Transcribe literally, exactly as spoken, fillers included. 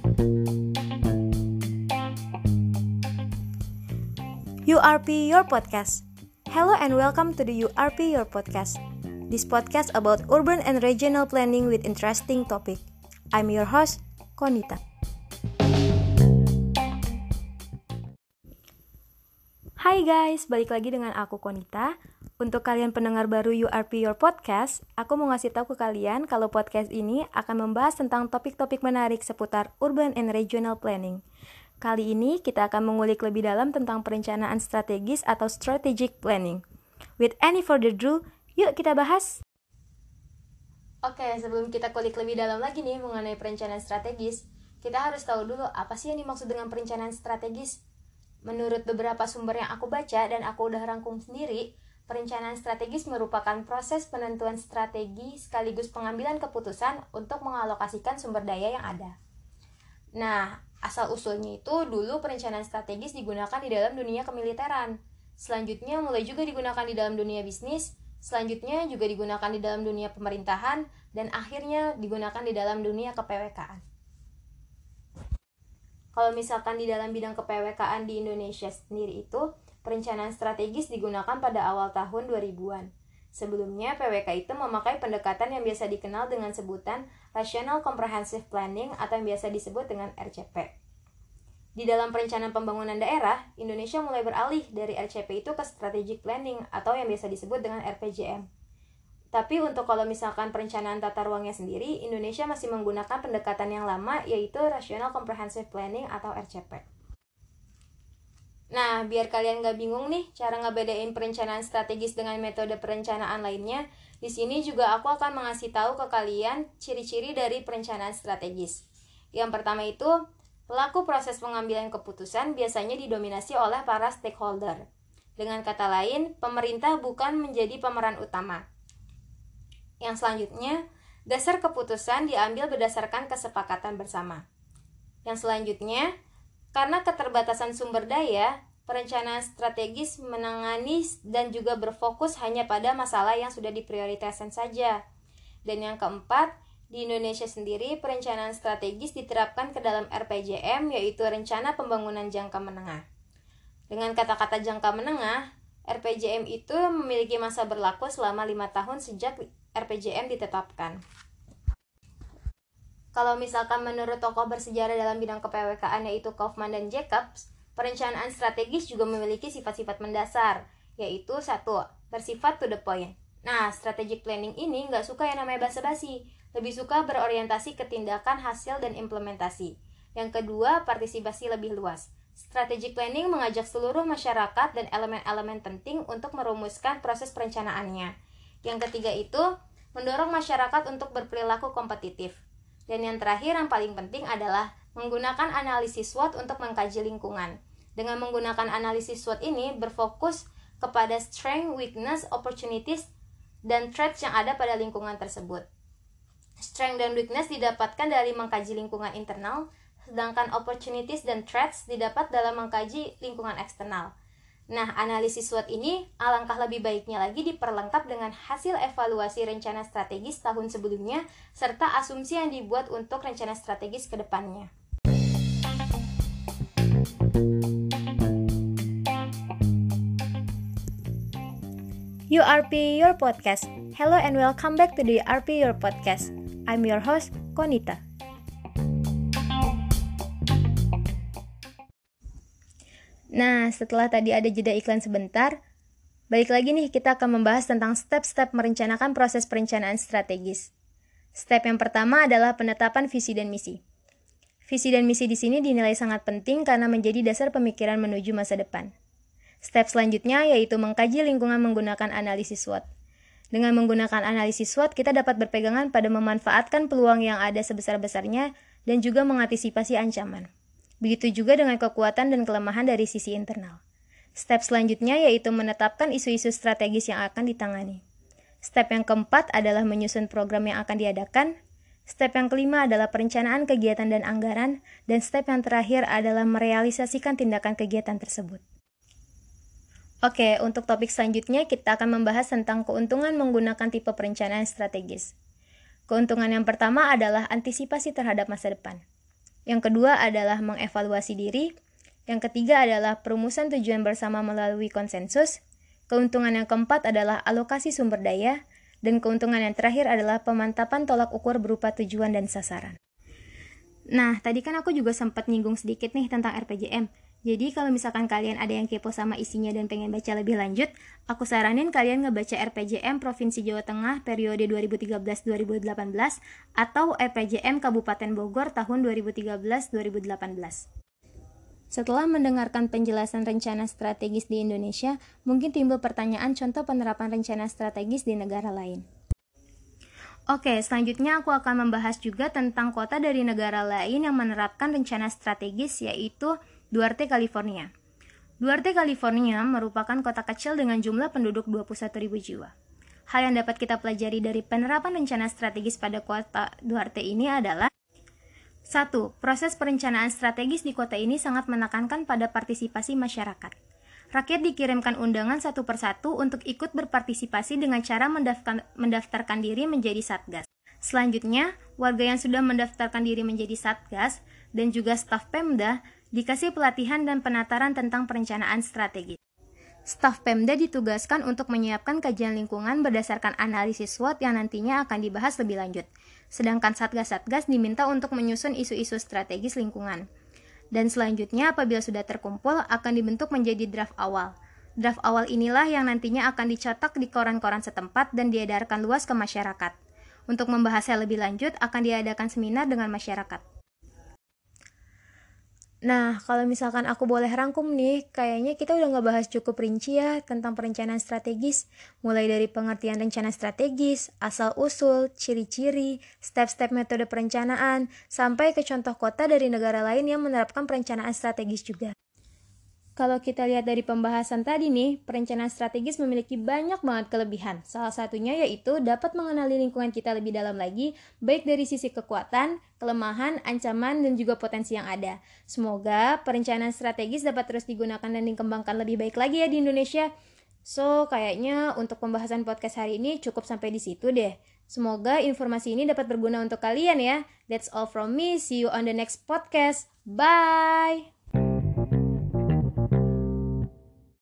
U R P Your Podcast. Hello and welcome to the U R P Your Podcast. This podcast about urban and regional planning with interesting topic. I'm your host, Konita. Hai guys, balik lagi dengan aku Konita. Untuk kalian pendengar baru U R P Your Podcast, aku mau ngasih tahu ke kalian kalau podcast ini akan membahas tentang topik-topik menarik seputar urban and regional planning. Kali ini kita akan mengulik lebih dalam tentang perencanaan strategis atau strategic planning. With any further ado, yuk kita bahas. Oke, sebelum kita kulik lebih dalam lagi nih mengenai perencanaan strategis, kita harus tahu dulu apa sih yang dimaksud dengan perencanaan strategis. Menurut beberapa sumber yang aku baca dan aku udah rangkum sendiri, perencanaan strategis merupakan proses penentuan strategi sekaligus pengambilan keputusan untuk mengalokasikan sumber daya yang ada. Nah, asal-usulnya itu dulu perencanaan strategis digunakan di dalam dunia kemiliteran. Selanjutnya mulai juga digunakan di dalam dunia bisnis, selanjutnya juga digunakan di dalam dunia pemerintahan, dan akhirnya digunakan di dalam dunia ke P W K-an. Kalau misalkan di dalam bidang ke P W K-an di Indonesia sendiri itu, perencanaan strategis digunakan pada awal tahun dua ribuan. Sebelumnya, P W K itu memakai pendekatan yang biasa dikenal dengan sebutan Rational Comprehensive Planning atau yang biasa disebut dengan R C P. Di dalam perencanaan pembangunan daerah, Indonesia mulai beralih dari R C P itu ke Strategic Planning atau yang biasa disebut dengan R P J M. Tapi untuk kalau misalkan perencanaan tata ruangnya sendiri, Indonesia masih menggunakan pendekatan yang lama yaitu Rational Comprehensive Planning atau R C P. Nah, biar kalian gak bingung nih cara ngebedain perencanaan strategis dengan metode perencanaan lainnya, di sini juga aku akan mengasih tahu ke kalian ciri-ciri dari perencanaan strategis. Yang pertama itu, pelaku proses pengambilan keputusan biasanya didominasi oleh para stakeholder. Dengan kata lain, pemerintah bukan menjadi pemeran utama. Yang selanjutnya, dasar keputusan diambil berdasarkan kesepakatan bersama. Yang selanjutnya, karena keterbatasan sumber daya, perencanaan strategis menangani dan juga berfokus hanya pada masalah yang sudah diprioritaskan saja. Dan yang keempat, di Indonesia sendiri perencanaan strategis diterapkan ke dalam R P J M yaitu Rencana Pembangunan Jangka Menengah. Dengan kata-kata jangka menengah, R P J M itu memiliki masa berlaku selama lima tahun sejak R P J M ditetapkan. Kalau misalkan menurut tokoh bersejarah dalam bidang ke P W K-an yaitu Kaufman dan Jacobs, perencanaan strategis juga memiliki sifat-sifat mendasar, yaitu satu, bersifat to the point. Nah, strategic planning ini nggak suka yang namanya basa-basi, lebih suka berorientasi ke tindakan, hasil, dan implementasi. Yang kedua, partisipasi lebih luas. Strategic planning mengajak seluruh masyarakat dan elemen-elemen penting untuk merumuskan proses perencanaannya. Yang ketiga itu, mendorong masyarakat untuk berperilaku kompetitif. Dan yang terakhir yang paling penting adalah menggunakan analisis SWOT untuk mengkaji lingkungan. Dengan menggunakan analisis SWOT ini berfokus kepada strength, weakness, opportunities, dan threats yang ada pada lingkungan tersebut. Strength dan weakness didapatkan dari mengkaji lingkungan internal, sedangkan opportunities dan threats didapat dalam mengkaji lingkungan eksternal. Nah, analisis SWOT ini alangkah lebih baiknya lagi diperlengkap dengan hasil evaluasi rencana strategis tahun sebelumnya serta asumsi yang dibuat untuk rencana strategis ke depannya. U R P Your Podcast. Hello and welcome back to the U R P Your Podcast. I'm your host, Konita. Nah, setelah tadi ada jeda iklan sebentar, balik lagi nih kita akan membahas tentang step-step merencanakan proses perencanaan strategis. Step yang pertama adalah penetapan visi dan misi. Visi dan misi di sini dinilai sangat penting karena menjadi dasar pemikiran menuju masa depan. Step selanjutnya yaitu mengkaji lingkungan menggunakan analisis SWOT. Dengan menggunakan analisis SWOT, kita dapat berpegangan pada memanfaatkan peluang yang ada sebesar-besarnya dan juga mengantisipasi ancaman. Begitu juga dengan kekuatan dan kelemahan dari sisi internal. Step selanjutnya yaitu menetapkan isu-isu strategis yang akan ditangani. Step yang keempat adalah menyusun program yang akan diadakan. Step yang kelima adalah perencanaan kegiatan dan anggaran. Dan step yang terakhir adalah merealisasikan tindakan kegiatan tersebut. Oke, untuk topik selanjutnya kita akan membahas tentang keuntungan menggunakan tipe perencanaan strategis. Keuntungan yang pertama adalah antisipasi terhadap masa depan. Yang kedua adalah mengevaluasi diri. Yang ketiga adalah perumusan tujuan bersama melalui konsensus. Keuntungan yang keempat adalah alokasi sumber daya. Dan keuntungan yang terakhir adalah pemantapan tolak ukur berupa tujuan dan sasaran. Nah, tadi kan aku juga sempat nyinggung sedikit nih tentang R P J M. Jadi kalau misalkan kalian ada yang kepo sama isinya dan pengen baca lebih lanjut, aku saranin kalian ngebaca R P J M Provinsi Jawa Tengah periode dua ribu tiga belas dua ribu delapan belas atau R P J M Kabupaten Bogor tahun dua ribu tiga belas dua ribu delapan belas. Setelah mendengarkan penjelasan rencana strategis di Indonesia, mungkin timbul pertanyaan contoh penerapan rencana strategis di negara lain. Oke, selanjutnya aku akan membahas juga tentang kota dari negara lain yang menerapkan rencana strategis, yaitu Duarte, California. Duarte, California merupakan kota kecil dengan jumlah penduduk dua puluh satu ribu jiwa. Hal yang dapat kita pelajari dari penerapan rencana strategis pada kota Duarte ini adalah satu. Proses perencanaan strategis di kota ini sangat menekankan pada partisipasi masyarakat. Rakyat dikirimkan undangan satu persatu untuk ikut berpartisipasi dengan cara mendaftar, mendaftarkan diri menjadi satgas. Selanjutnya, warga yang sudah mendaftarkan diri menjadi satgas dan juga staf Pemda dikasih pelatihan dan penataran tentang perencanaan strategis. Staf Pemda ditugaskan untuk menyiapkan kajian lingkungan berdasarkan analisis SWOT yang nantinya akan dibahas lebih lanjut. Sedangkan satgas-satgas diminta untuk menyusun isu-isu strategis lingkungan. Dan selanjutnya apabila sudah terkumpul akan dibentuk menjadi draft awal. Draft awal inilah yang nantinya akan dicetak di koran-koran setempat dan diedarkan luas ke masyarakat. Untuk membahasnya lebih lanjut akan diadakan seminar dengan masyarakat. Nah, kalau misalkan aku boleh rangkum nih, kayaknya kita udah ngebahas cukup rinci ya tentang perencanaan strategis, mulai dari pengertian rencana strategis, asal-usul, ciri-ciri, step-step metode perencanaan, sampai ke contoh kota dari negara lain yang menerapkan perencanaan strategis juga. Kalau kita lihat dari pembahasan tadi nih, perencanaan strategis memiliki banyak banget kelebihan. Salah satunya yaitu dapat mengenali lingkungan kita lebih dalam lagi, baik dari sisi kekuatan, kelemahan, ancaman, dan juga potensi yang ada. Semoga perencanaan strategis dapat terus digunakan dan dikembangkan lebih baik lagi ya di Indonesia. So, kayaknya untuk pembahasan podcast hari ini cukup sampai di situ deh. Semoga informasi ini dapat berguna untuk kalian ya. That's all from me. See you on the next podcast. Bye!